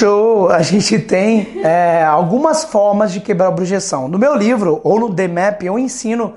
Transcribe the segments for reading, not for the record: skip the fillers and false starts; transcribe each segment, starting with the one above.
Show! A gente tem algumas formas de quebrar objeção. No meu livro, ou no The Map, eu ensino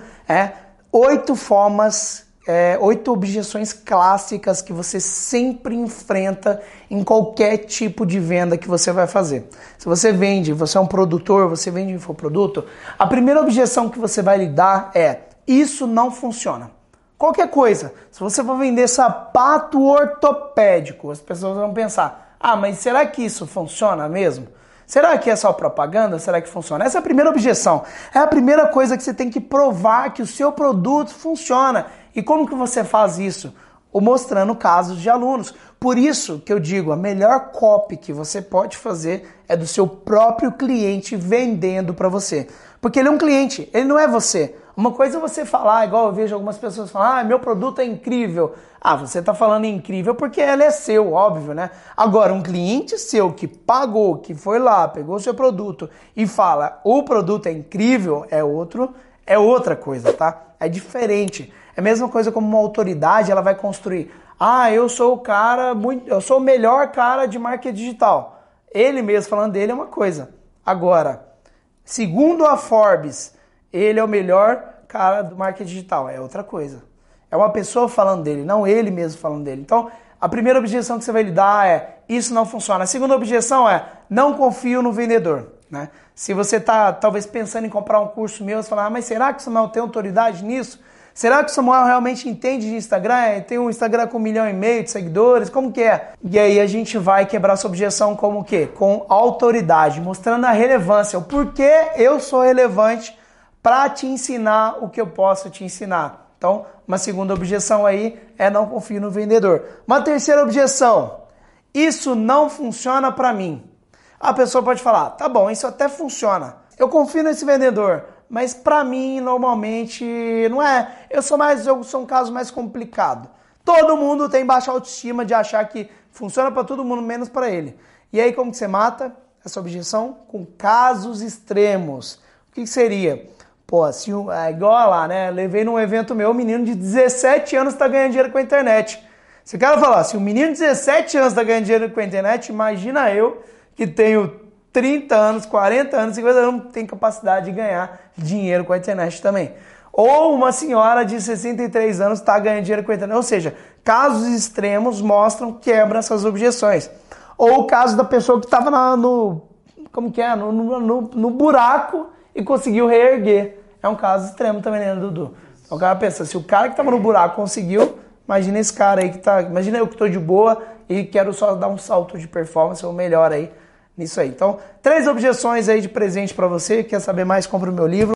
8 formas, 8 objeções clássicas que você sempre enfrenta em qualquer tipo de venda que você vai fazer. Se você vende, você é um produtor, você vende infoproduto, a primeira objeção que você vai lidar é: isso não funciona. Qualquer coisa. Se você for vender sapato ortopédico, as pessoas vão pensar: ah, mas será que isso funciona mesmo? Será que é só propaganda? Será que funciona? Essa é a primeira objeção. É a primeira coisa que você tem que provar que o seu produto funciona. E como que você faz isso? Ou mostrando casos de alunos. Por isso que eu digo, a melhor copy que você pode fazer é do seu próprio cliente vendendo para você. Porque ele é um cliente, ele não é você. Uma coisa é você falar, igual eu vejo algumas pessoas falar: ah, meu produto é incrível. Ah, você está falando incrível porque ele é seu, óbvio, né? Agora, um cliente seu que pagou, que foi lá, pegou o seu produto e fala: o produto é incrível, é outra coisa, tá? É diferente. É a mesma coisa como uma autoridade, ela vai construir: ah, eu sou o melhor cara de marketing digital. Ele mesmo falando dele é uma coisa. Agora, segundo a Forbes, ele é o melhor cara do marketing digital, é outra coisa. É uma pessoa falando dele, não ele mesmo falando dele. Então, a primeira objeção que você vai lidar é: isso não funciona. A segunda objeção é: não confio no vendedor. Né? Se você está talvez pensando em comprar um curso meu, você fala: ah, mas será que o Samuel tem autoridade nisso? Será que o Samuel realmente entende de Instagram? Tem um Instagram com 1,5 milhão de seguidores? Como que é? E aí a gente vai quebrar essa objeção como o quê? Com autoridade, mostrando a relevância, o porquê eu sou relevante para te ensinar o que eu posso te ensinar. Então, uma segunda objeção aí é: não confio no vendedor. Uma terceira objeção: isso não funciona para mim. A pessoa pode falar: tá bom, isso até funciona. Eu confio nesse vendedor, mas para mim normalmente não é. Eu sou um caso mais complicado. Todo mundo tem baixa autoestima de achar que funciona para todo mundo, menos para ele. E aí como que você mata essa objeção? Com casos extremos. O que seria? Pô, assim, é igual lá, né? Levei num evento meu, um menino de 17 anos tá ganhando dinheiro com a internet. Se o cara falar: se um menino de 17 anos tá ganhando dinheiro com a internet, imagina eu que tenho 30 anos, 40 anos, 50 anos, não tem capacidade de ganhar dinheiro com a internet também. Ou uma senhora de 63 anos está ganhando dinheiro com a internet. Ou seja, casos extremos mostram, quebram essas objeções. Ou o caso da pessoa que estava no buraco e conseguiu reerguer. É um caso extremo também, né, Dudu? Então o cara pensa: se o cara que estava no buraco conseguiu, imagina esse cara aí que tá... Imagina eu que estou de boa e quero só dar um salto de performance ou melhor aí nisso aí. Então, 3 objeções aí de presente para você. Quer saber mais? Compra o meu livro.